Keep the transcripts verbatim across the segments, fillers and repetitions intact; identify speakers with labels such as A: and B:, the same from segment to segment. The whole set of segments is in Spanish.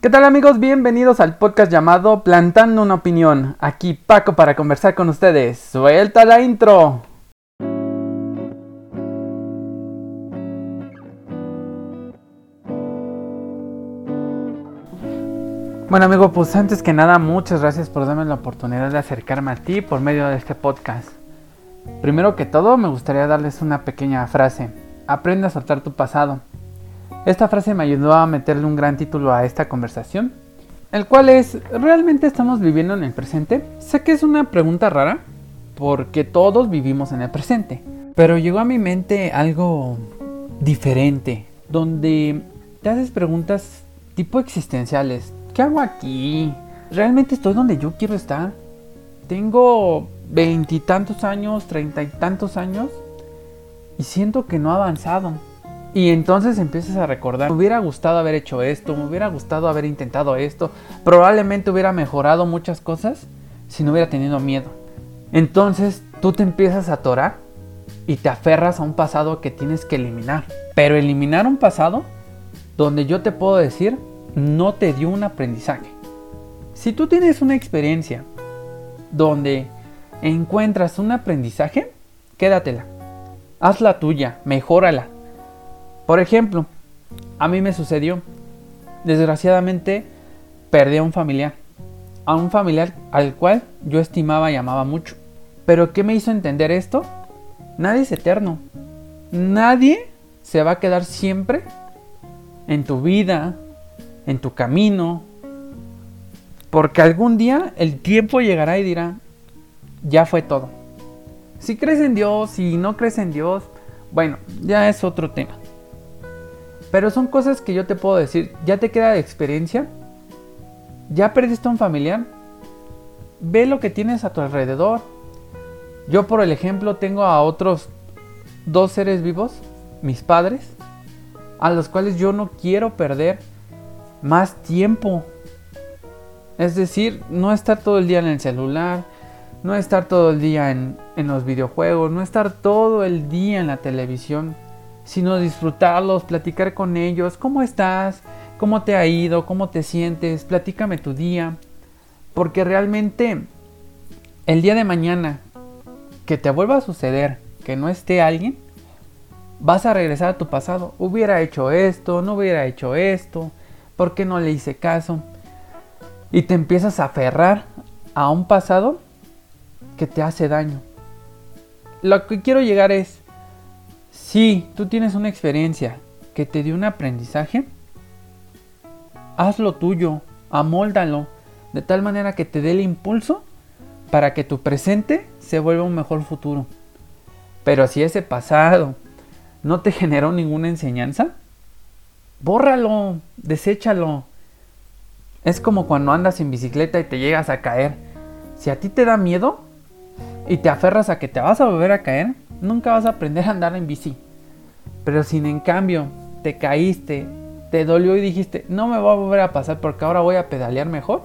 A: ¿Qué tal amigos? Bienvenidos al podcast llamado Plantando una Opinión. Aquí Paco para conversar con ustedes. ¡Suelta la intro! Bueno amigo, pues antes que nada muchas gracias por darme la oportunidad de acercarme a ti por medio de este podcast. Primero que todo me gustaría darles una pequeña frase. Aprende a soltar tu pasado. Esta frase me ayudó a meterle un gran título a esta conversación, el cual es: ¿realmente estamos viviendo en el presente? Sé que es una pregunta rara, porque todos vivimos en el presente, pero llegó a mi mente algo diferente, donde te haces preguntas tipo existenciales. ¿Qué hago aquí? ¿Realmente estoy donde yo quiero estar? Tengo veintitantos años, treinta y tantos años, y siento que no he avanzado. Y entonces empiezas a recordar: me hubiera gustado haber hecho esto, me hubiera gustado haber intentado esto, probablemente hubiera mejorado muchas cosas si no hubiera tenido miedo. Entonces tú te empiezas a atorar y te aferras a un pasado que tienes que eliminar. Pero eliminar un pasado donde yo te puedo decir no te dio un aprendizaje. Si tú tienes una experiencia donde encuentras un aprendizaje, quédatela, hazla tuya, mejórala. Por ejemplo, a mí me sucedió, desgraciadamente perdí a un familiar, a un familiar al cual yo estimaba y amaba mucho. Pero ¿qué me hizo entender esto? Nadie es eterno, nadie se va a quedar siempre en tu vida, en tu camino, porque algún día el tiempo llegará y dirá: ya fue todo. Si crees en Dios, si no crees en Dios, bueno, ya es otro tema. Pero son cosas que yo te puedo decir, ya te queda de experiencia, ya perdiste a un familiar, ve lo que tienes a tu alrededor. Yo, por el ejemplo, tengo a otros dos seres vivos, mis padres, a los cuales yo no quiero perder más tiempo. Es decir, no estar todo el día en el celular, no estar todo el día en, en los videojuegos, no estar todo el día en la televisión, sino disfrutarlos, platicar con ellos. ¿Cómo estás? ¿Cómo te ha ido? ¿Cómo te sientes? Platícame tu día. Porque realmente el día de mañana que te vuelva a suceder que no esté alguien, vas a regresar a tu pasado. Hubiera hecho esto, no hubiera hecho esto, ¿por qué no le hice caso? Y te empiezas a aferrar a un pasado que te hace daño. Lo que quiero llegar es: si tú tienes una experiencia que te dio un aprendizaje, hazlo tuyo, amóldalo de tal manera que te dé el impulso para que tu presente se vuelva un mejor futuro. Pero si ese pasado no te generó ninguna enseñanza, bórralo, deséchalo. Es como cuando andas en bicicleta y te llegas a caer. Si a ti te da miedo y te aferras a que te vas a volver a caer, nunca vas a aprender a andar en bici. Pero si en cambio te caíste, te dolió y dijiste: no me va a volver a pasar porque ahora voy a pedalear mejor,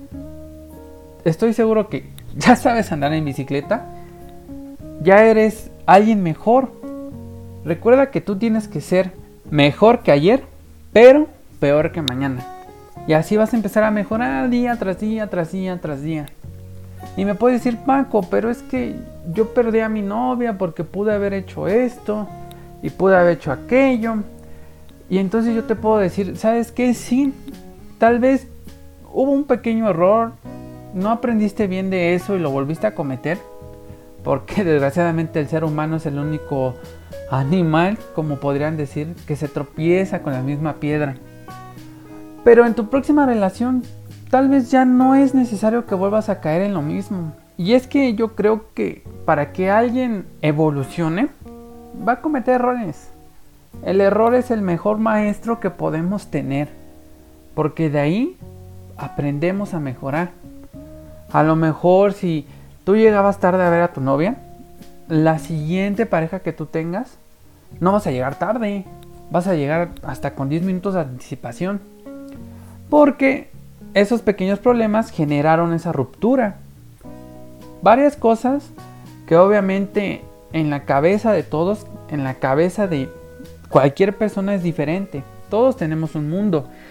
A: estoy seguro que ya sabes andar en bicicleta, ya eres alguien mejor. Recuerda que tú tienes que ser mejor que ayer, pero peor que mañana. Y así vas a empezar a mejorar día tras día, tras día, tras día. Y me puedes decir: Paco, pero es que yo perdí a mi novia porque pude haber hecho esto y pude haber hecho aquello. Y entonces yo te puedo decir: ¿sabes qué? Sí, tal vez hubo un pequeño error, no aprendiste bien de eso y lo volviste a cometer, porque desgraciadamente el ser humano es el único animal, como podrían decir, que se tropieza con la misma piedra. Pero en tu próxima relación tal vez ya no es necesario que vuelvas a caer en lo mismo. Y es que yo creo que para que alguien evolucione, va a cometer errores. El error es el mejor maestro que podemos tener, porque de ahí aprendemos a mejorar. A lo mejor si tú llegabas tarde a ver a tu novia, la siguiente pareja que tú tengas, no vas a llegar tarde, vas a llegar hasta con diez minutos de anticipación, porque esos pequeños problemas generaron esa ruptura. Varias cosas que obviamente en la cabeza de todos, en la cabeza de cualquier persona es diferente. Todos tenemos un mundo,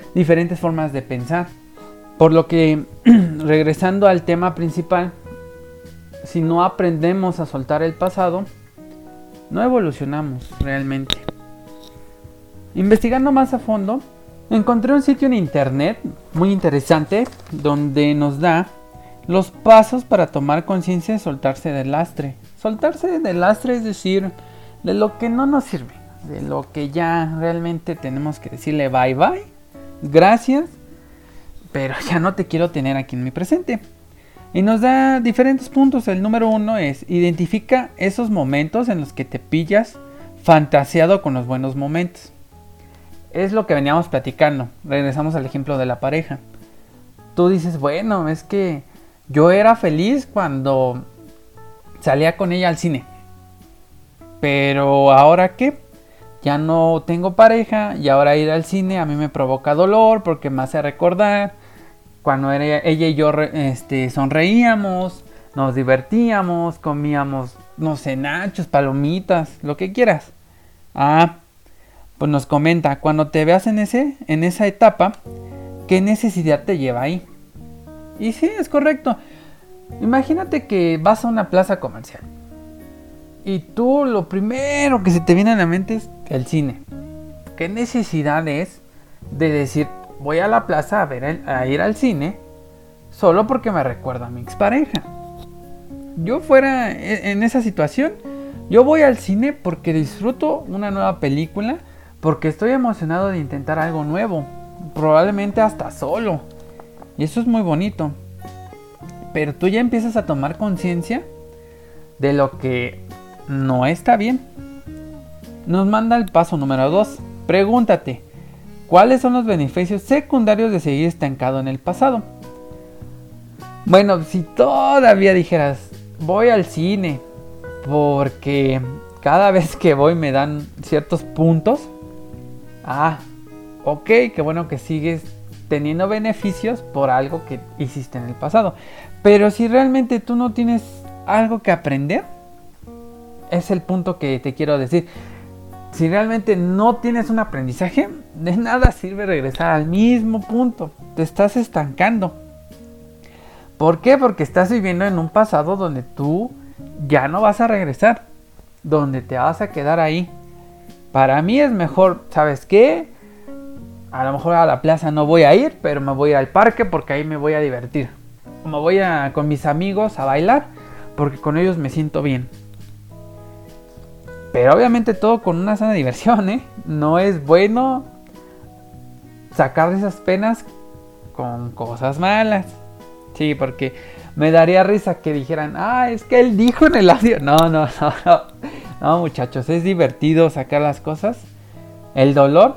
A: diferentes formas de pensar. Por lo que, regresando al tema principal, si no aprendemos a soltar el pasado, no evolucionamos realmente. Investigando más a fondo, encontré un sitio en internet muy interesante donde nos da los pasos para tomar conciencia de soltarse del lastre. Soltarse del lastre es decir, de lo que no nos sirve, de lo que ya realmente tenemos que decirle bye bye, gracias, pero ya no te quiero tener aquí en mi presente. Y nos da diferentes puntos. El número uno es: identifica esos momentos en los que te pillas fantaseado con los buenos momentos. Es lo que veníamos platicando. Regresamos al ejemplo de la pareja. Tú dices, bueno, es que yo era feliz cuando salía con ella al cine. Pero ahora qué, ya no tengo pareja y ahora ir al cine a mí me provoca dolor porque me hace recordar cuando era ella y yo este, sonreíamos, nos divertíamos, comíamos, no sé, nachos, palomitas, lo que quieras. Ah, pues nos comenta, cuando te veas en ese, en esa etapa, ¿qué necesidad te lleva ahí? Y sí, es correcto. Imagínate que vas a una plaza comercial y tú lo primero que se te viene a la mente es el cine. ¿Qué necesidad es de decir, voy a la plaza a, ver el, a ir al cine solo porque me recuerda a mi expareja? Yo fuera en esa situación, yo voy al cine porque disfruto una nueva película, porque estoy emocionado de intentar algo nuevo, probablemente hasta solo. Y eso es muy bonito. Pero tú ya empiezas a tomar conciencia de lo que no está bien. Nos manda el paso número dos. Pregúntate, ¿cuáles son los beneficios secundarios de seguir estancado en el pasado? Bueno, si todavía dijeras, voy al cine porque cada vez que voy me dan ciertos puntos. Ah, ok, qué bueno que sigues teniendo beneficios por algo que hiciste en el pasado. Pero si realmente tú no tienes algo que aprender, es el punto que te quiero decir. Si realmente no tienes un aprendizaje, de nada sirve regresar al mismo punto. Te estás estancando. ¿Por qué? Porque estás viviendo en un pasado donde tú ya no vas a regresar, donde te vas a quedar ahí. Para mí es mejor, ¿sabes qué? A lo mejor a la plaza no voy a ir, pero me voy al parque porque ahí me voy a divertir. O me voy a, con mis amigos a bailar porque con ellos me siento bien. Pero obviamente todo con una sana diversión, ¿eh? No es bueno sacar esas penas con cosas malas. Sí, porque me daría risa que dijeran, ah, es que él dijo en el audio. No, no, no, no. No, muchachos, es divertido sacar las cosas, el dolor,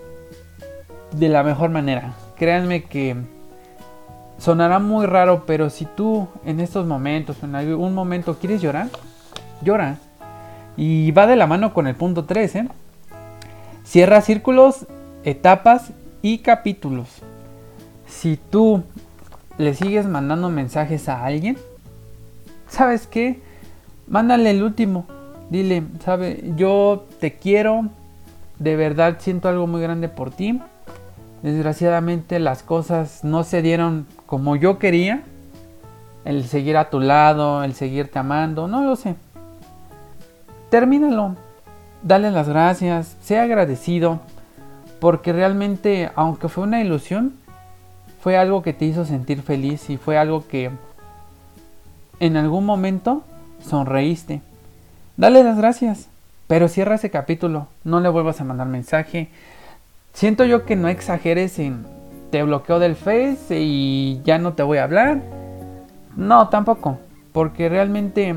A: de la mejor manera. Créanme que sonará muy raro, pero si tú en estos momentos, en algún momento quieres llorar, llora. Y va de la mano con el punto tres, ¿eh? Cierra círculos, etapas y capítulos. Si tú le sigues mandando mensajes a alguien, ¿sabes qué? Mándale el último. Dile, sabe, yo te quiero, de verdad siento algo muy grande por ti. Desgraciadamente las cosas no se dieron como yo quería. El seguir a tu lado, el seguirte amando, no lo sé. Termínalo, dale las gracias, sea agradecido, porque realmente, aunque fue una ilusión, fue algo que te hizo sentir feliz y fue algo que en algún momento sonreíste. Dale las gracias, pero cierra ese capítulo, no le vuelvas a mandar mensaje. Siento yo que no exageres en te bloqueo del Face y ya no te voy a hablar. No, tampoco, porque realmente,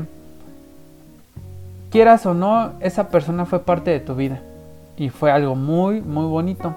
A: quieras o no, esa persona fue parte de tu vida y fue algo muy, muy bonito.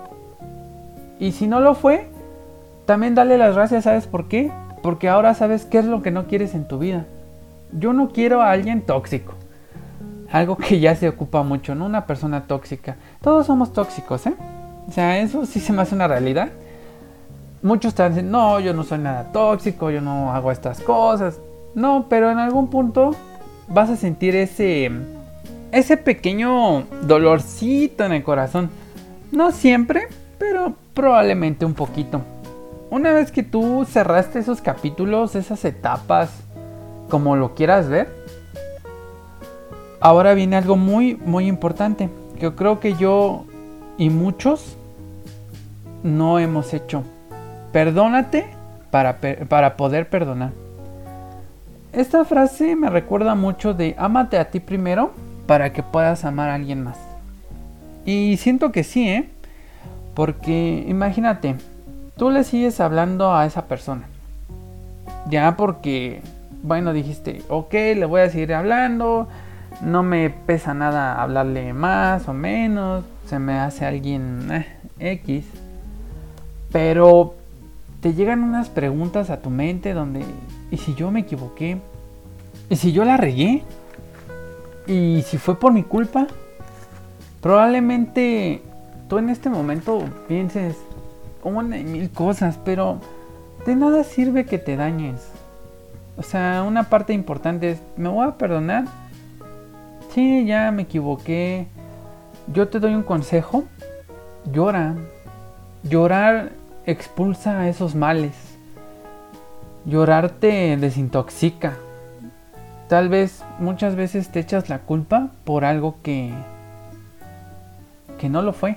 A: Y si no lo fue, también dale las gracias, ¿sabes por qué? Porque ahora sabes qué es lo que no quieres en tu vida. Yo no quiero a alguien tóxico. Algo que ya se ocupa mucho, ¿no? Una persona tóxica. Todos somos tóxicos, ¿eh? O sea, eso sí se me hace una realidad. Muchos están diciendo, no, yo no soy nada tóxico, yo no hago estas cosas. No, pero en algún punto vas a sentir ese, ese pequeño dolorcito en el corazón. No siempre, pero Probablemente un poquito. Una vez que tú cerraste esos capítulos, esas etapas, como lo quieras ver, ahora viene algo muy, muy importante, que yo creo que yo y muchos no hemos hecho. Perdónate para, para poder perdonar. Esta frase me recuerda mucho de ámate a ti primero para que puedas amar a alguien más. Y siento que sí, ¿eh? Porque imagínate, tú le sigues hablando a esa persona. Ya porque, bueno, dijiste, ok, le voy a seguir hablando. No me pesa nada hablarle más o menos. Se me hace alguien eh, X. Pero te llegan unas preguntas a tu mente donde, ¿y si yo me equivoqué? ¿Y si yo la regué? ¿Y si fue por mi culpa? Probablemente tú en este momento pienses una y mil cosas, pero de nada sirve que te dañes. O sea, una parte importante es, ¿me voy a perdonar? Sí, ya me equivoqué. Yo te doy un consejo. Llora. Llorar expulsa esos males. Llorar te desintoxica. Tal vez muchas veces te echas la culpa por algo que que no lo fue.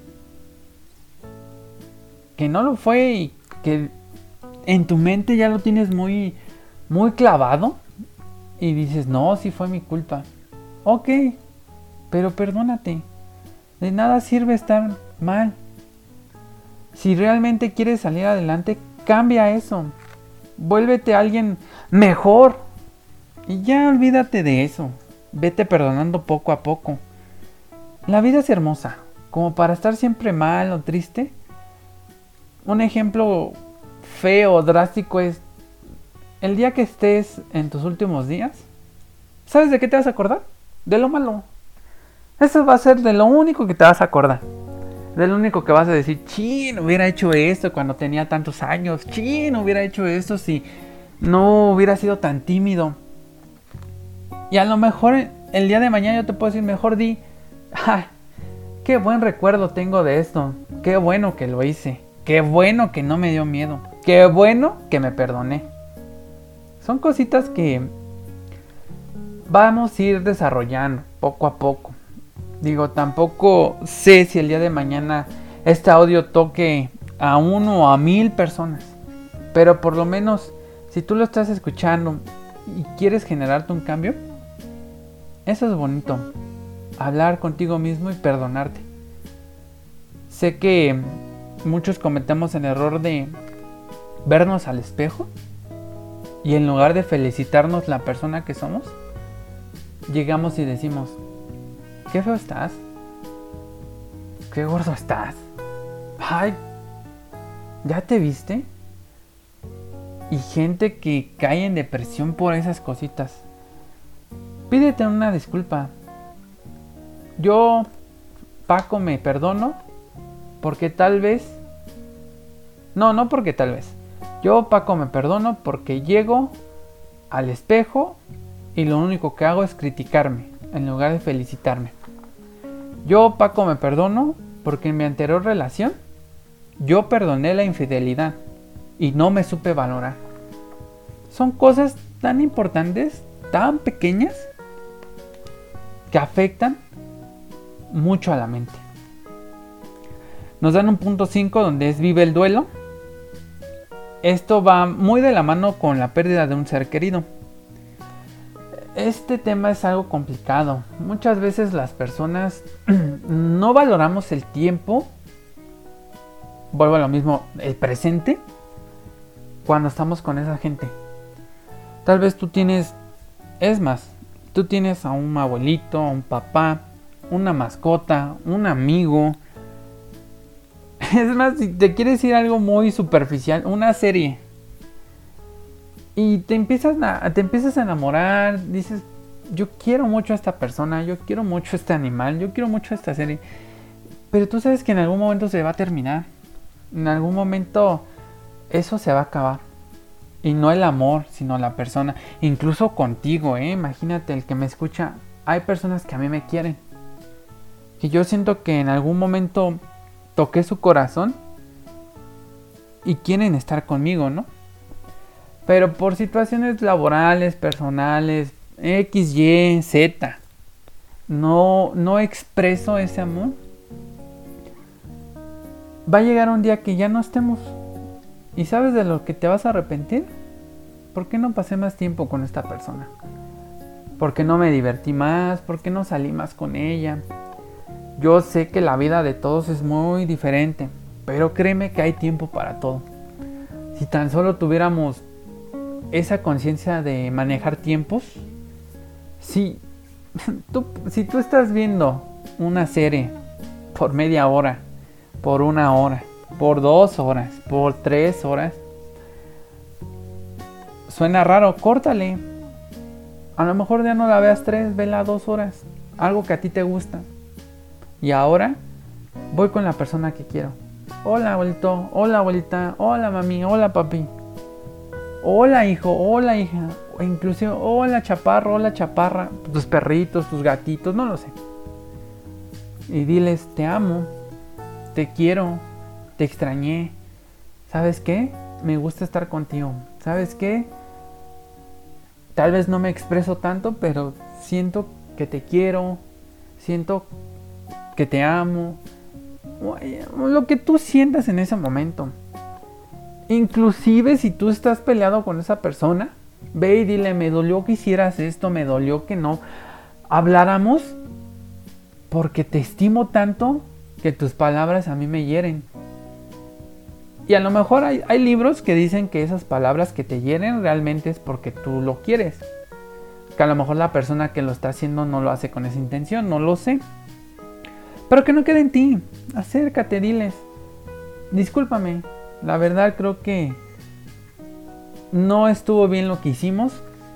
A: Que no lo fue y que en tu mente ya lo tienes muy muy clavado y dices, "No, sí fue mi culpa." Ok, pero perdónate. De nada sirve estar mal. Si realmente quieres salir adelante, cambia eso. Vuélvete a alguien mejor. Y ya olvídate de eso. Vete perdonando poco a poco. La vida es hermosa. Como para estar siempre mal o triste. Un ejemplo feo, drástico es el día que estés en tus últimos días. ¿Sabes de qué te vas a acordar? De lo malo. Eso va a ser de lo único que te vas a acordar. De lo único que vas a decir, chin, hubiera hecho esto cuando tenía tantos años. Chin, hubiera hecho esto si no hubiera sido tan tímido. Y a lo mejor el día de mañana yo te puedo decir, mejor di, ay, qué buen recuerdo tengo de esto. Qué bueno que lo hice. Qué bueno que no me dio miedo. Qué bueno que me perdoné. Son cositas que vamos a ir desarrollando poco a poco. Digo, tampoco sé si el día de mañana este audio toque a uno o a mil personas. Pero por lo menos, si tú lo estás escuchando y quieres generarte un cambio, eso es bonito. Hablar contigo mismo y perdonarte. Sé que muchos cometemos el error de vernos al espejo y en lugar de felicitarnos la persona que somos, llegamos y decimos, qué feo estás, qué gordo estás, ay, ¿ya te viste? Y gente que cae en depresión por esas cositas. Pídete una disculpa. Yo, Paco, me perdono porque tal vez... No, no porque tal vez. Yo, Paco, me perdono porque llego al espejo y lo único que hago es criticarme en lugar de felicitarme. Yo, Paco, me perdono porque en mi anterior relación yo perdoné la infidelidad y no me supe valorar. Son cosas tan importantes, tan pequeñas, que afectan mucho a la mente. Nos dan un punto cinco donde es vive el duelo. Esto va muy de la mano con la pérdida de un ser querido. Este tema es algo complicado. Muchas veces las personas no valoramos el tiempo, vuelvo a lo mismo, el presente, cuando estamos con esa gente. Tal vez tú tienes, es más, tú tienes a un abuelito, a un papá, una mascota, un amigo. Es más, si te quieres ir a algo muy superficial, una serie. Y te empiezas a, te empiezas a enamorar, dices, yo quiero mucho a esta persona, yo quiero mucho a este animal, yo quiero mucho a esta serie. Pero tú sabes que en algún momento se va a terminar. En algún momento eso se va a acabar. Y no el amor, sino la persona. Incluso contigo, ¿eh? Imagínate, el que me escucha, hay personas que a mí me quieren. Que yo siento que en algún momento toqué su corazón y quieren estar conmigo, ¿no? Pero por situaciones laborales, personales, X, Y, Z, no, no expreso ese amor. Va a llegar un día que ya no estemos. ¿Y sabes de lo que te vas a arrepentir? ¿Por qué no pasé más tiempo con esta persona? ¿Por qué no me divertí más? ¿Por qué no salí más con ella? Yo sé que la vida de todos es muy diferente, pero créeme que hay tiempo para todo. Si tan solo tuviéramos esa conciencia de manejar tiempos, si tú, si tú estás viendo una serie por media hora, por una hora, por dos horas, por tres horas, suena raro, córtale. A lo mejor ya no la veas tres, vela dos horas, algo que a ti te gusta. Y ahora voy con la persona que quiero. Hola abuelito, hola abuelita, hola mami, hola papi, hola hijo, hola hija, o inclusive hola chaparro, hola chaparra, tus perritos, tus gatitos, no lo sé. Y diles, te amo, te quiero, te extrañé. ¿Sabes qué? Me gusta estar contigo. ¿Sabes qué? Tal vez no me expreso tanto, pero siento que te quiero, siento que te amo, lo que tú sientas en ese momento. Inclusive si tú estás peleado con esa persona, ve y dile, me dolió que hicieras esto, me dolió que no habláramos, porque te estimo tanto que tus palabras a mí me hieren. Y a lo mejor hay, hay libros que dicen que esas palabras que te hieren realmente es porque tú lo quieres. Que a lo mejor la persona que lo está haciendo no lo hace con esa intención, no lo sé. Pero que no quede en ti. Acércate, diles, discúlpame, la verdad creo que no estuvo bien lo que hicimos,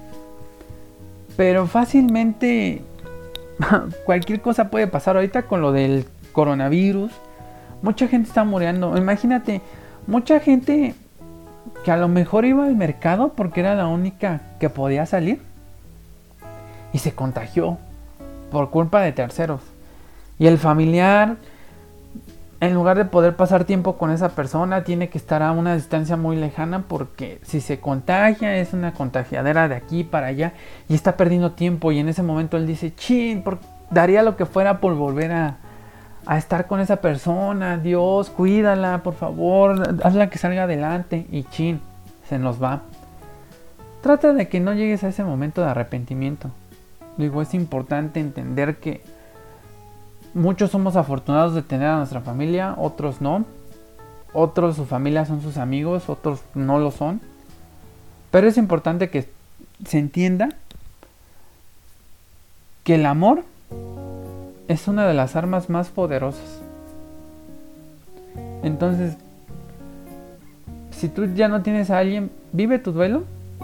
A: pero fácilmente cualquier cosa puede pasar ahorita con lo del coronavirus. Mucha gente está muriendo. Imagínate, mucha gente que a lo mejor iba al mercado porque era la única que podía salir y se contagió por culpa de terceros. Y el familiar, en lugar de poder pasar tiempo con esa persona, tiene que estar a una distancia muy lejana, porque si se contagia es una contagiadera de aquí para allá y está perdiendo tiempo. Y en ese momento él dice, chin, daría lo que fuera por volver a, a estar con esa persona. Dios, cuídala, por favor, hazla que salga adelante. Y chin, se nos va. Trata de que no llegues a ese momento de arrepentimiento. Digo, es importante entender que muchos somos afortunados de tener a nuestra familia, otros no. Otros, su familia son sus amigos, otros no lo son. Pero es importante que se entienda que el amor es una de las armas más poderosas. Entonces, si tú ya no tienes a alguien, vive tu duelo,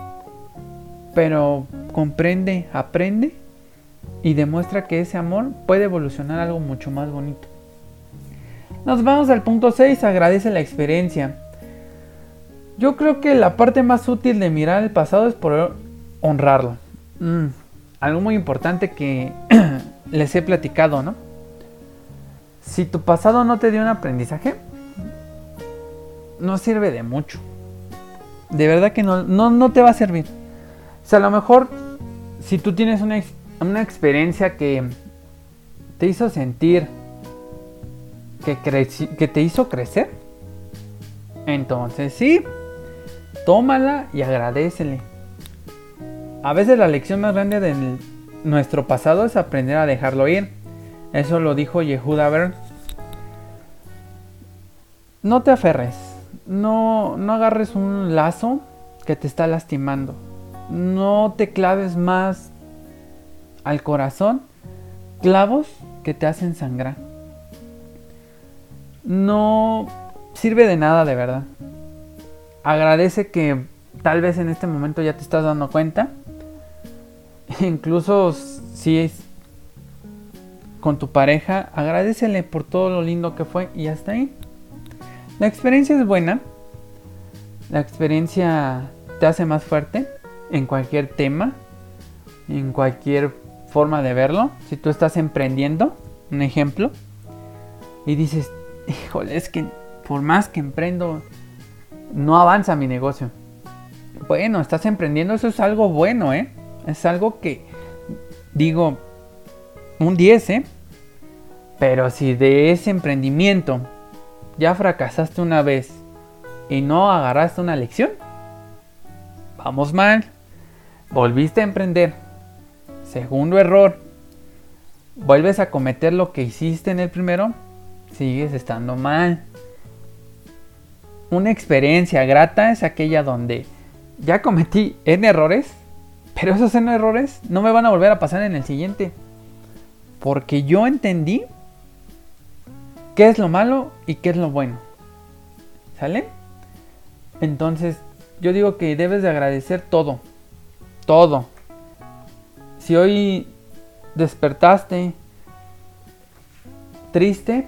A: pero comprende, aprende y demuestra que ese amor puede evolucionar a algo mucho más bonito. Nos vamos al punto seis, agradece la experiencia. Yo creo que la parte más útil de mirar el pasado es poder honrarlo. Mm, algo muy importante que les he platicado, ¿no? Si tu pasado no te dio un aprendizaje, no sirve de mucho. De verdad que no, no, no te va a servir. O sea, a lo mejor si tú tienes una, una experiencia que te hizo sentir que, creci- que te hizo crecer, entonces sí, tómala y agradécele. A veces la lección más grande de nuestro pasado es aprender a dejarlo ir. Eso lo dijo Yehuda Bern. No te aferres, no, no agarres un lazo que te está lastimando. No te claves más al corazón clavos que te hacen sangrar. No sirve de nada, de verdad. Agradece que tal vez en este momento ya te estás dando cuenta. Incluso si es con tu pareja, agradécele por todo lo lindo que fue y hasta ahí. La experiencia es buena. La experiencia te hace más fuerte en cualquier tema, en cualquier forma de verlo. Si tú estás emprendiendo, un ejemplo, y dices, híjole, es que por más que emprendo, no avanza mi negocio. Bueno, estás emprendiendo, eso es algo bueno, ¿eh? Es algo que, digo, un diez, ¿eh? Pero si de ese emprendimiento ya fracasaste una vez y no agarraste una lección, vamos mal. Volviste a emprender. Segundo error. Vuelves a cometer lo que hiciste en el primero, sigues estando mal. Una experiencia grata es aquella donde ya cometí N errores, pero esos N errores no me van a volver a pasar en el siguiente. Porque yo entendí qué es lo malo y qué es lo bueno. ¿Sale? Entonces, yo digo que debes de agradecer todo. Todo. Si hoy despertaste triste,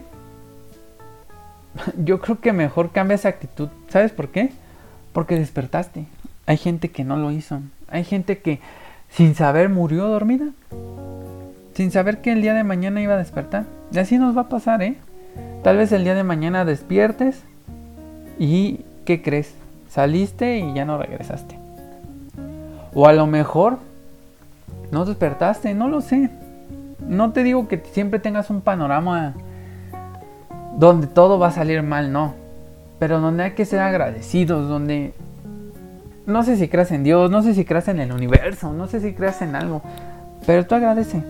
A: yo creo que mejor cambia esa actitud. ¿Sabes por qué? Porque despertaste. Hay gente que no lo hizo. Hay gente que sin saber murió dormida. Sin saber que el día de mañana iba a despertar. Y así nos va a pasar, ¿eh? Tal vez el día de mañana despiertes y ¿qué crees? Saliste y ya no regresaste. O a lo mejor no despertaste, no lo sé. No te digo que siempre tengas un panorama donde todo va a salir mal, no. Pero donde hay que ser agradecidos, donde no sé si creas en Dios, no sé si creas en el universo, no sé si creas en algo, pero tú agradece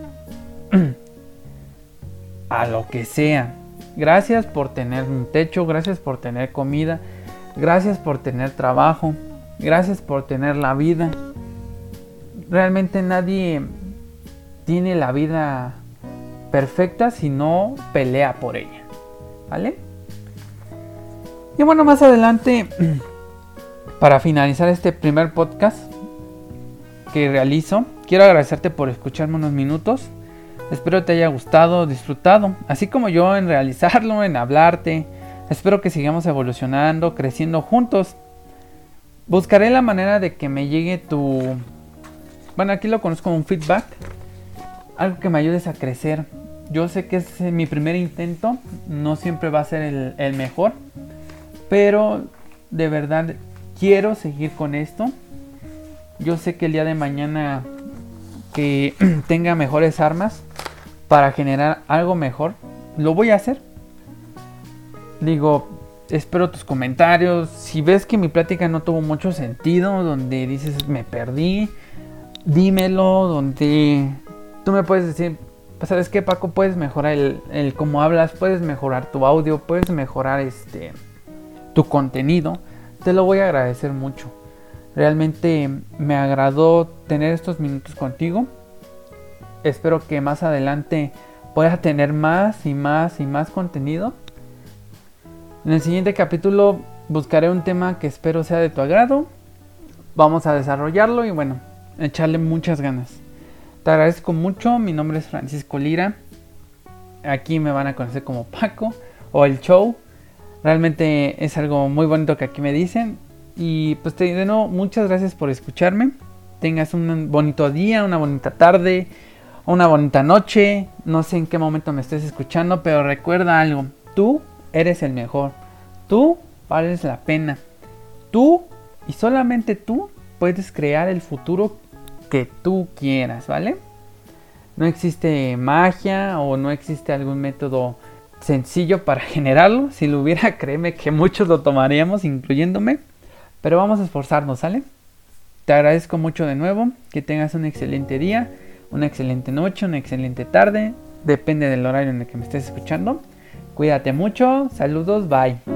A: a lo que sea. Gracias por tener un techo, gracias por tener comida, gracias por tener trabajo, gracias por tener la vida. Realmente nadie tiene la vida perfecta si no pelea por ella, ¿vale? Y bueno, más adelante, para finalizar este primer podcast que realizo, quiero agradecerte por escucharme unos minutos. Espero te haya gustado, disfrutado, así como yo en realizarlo, en hablarte. Espero que sigamos evolucionando, creciendo juntos. Buscaré la manera de que me llegue tu... Bueno, aquí lo conozco como un feedback. Algo que me ayudes a crecer. Yo sé que es mi primer intento. No siempre va a ser el, el mejor. Pero de verdad quiero seguir con esto. Yo sé que el día de mañana que tenga mejores armas para generar algo mejor, lo voy a hacer. Digo, espero tus comentarios. Si ves que mi plática no tuvo mucho sentido, donde dices me perdí, dímelo. Donde tú me puedes decir, pues, ¿sabes qué, Paco? Puedes mejorar el, el cómo hablas, puedes mejorar tu audio, puedes mejorar este tu contenido. Te lo voy a agradecer mucho. Realmente me agradó tener estos minutos contigo. Espero que más adelante pueda tener más y más y más contenido. En el siguiente capítulo buscaré un tema que espero sea de tu agrado. Vamos a desarrollarlo y bueno, echarle muchas ganas. Te agradezco mucho. Mi nombre es Francisco Lira. Aquí me van a conocer como Paco o el Show. Realmente es algo muy bonito que aquí me dicen. Y pues te de nuevo, muchas gracias por escucharme. Tengas un bonito día, una bonita tarde, una bonita noche. No sé en qué momento me estés escuchando, pero recuerda algo. Tú eres el mejor. Tú vales la pena. Tú y solamente tú puedes crear el futuro que tú quieras, ¿vale? No existe magia o no existe algún método sencillo para generarlo. Si lo hubiera, créeme que muchos lo tomaríamos, incluyéndome. Pero vamos a esforzarnos, ¿sale? Te agradezco mucho de nuevo. Que tengas un excelente día, una excelente noche, una excelente tarde. Depende del horario en el que me estés escuchando. Cuídate mucho. Saludos. Bye.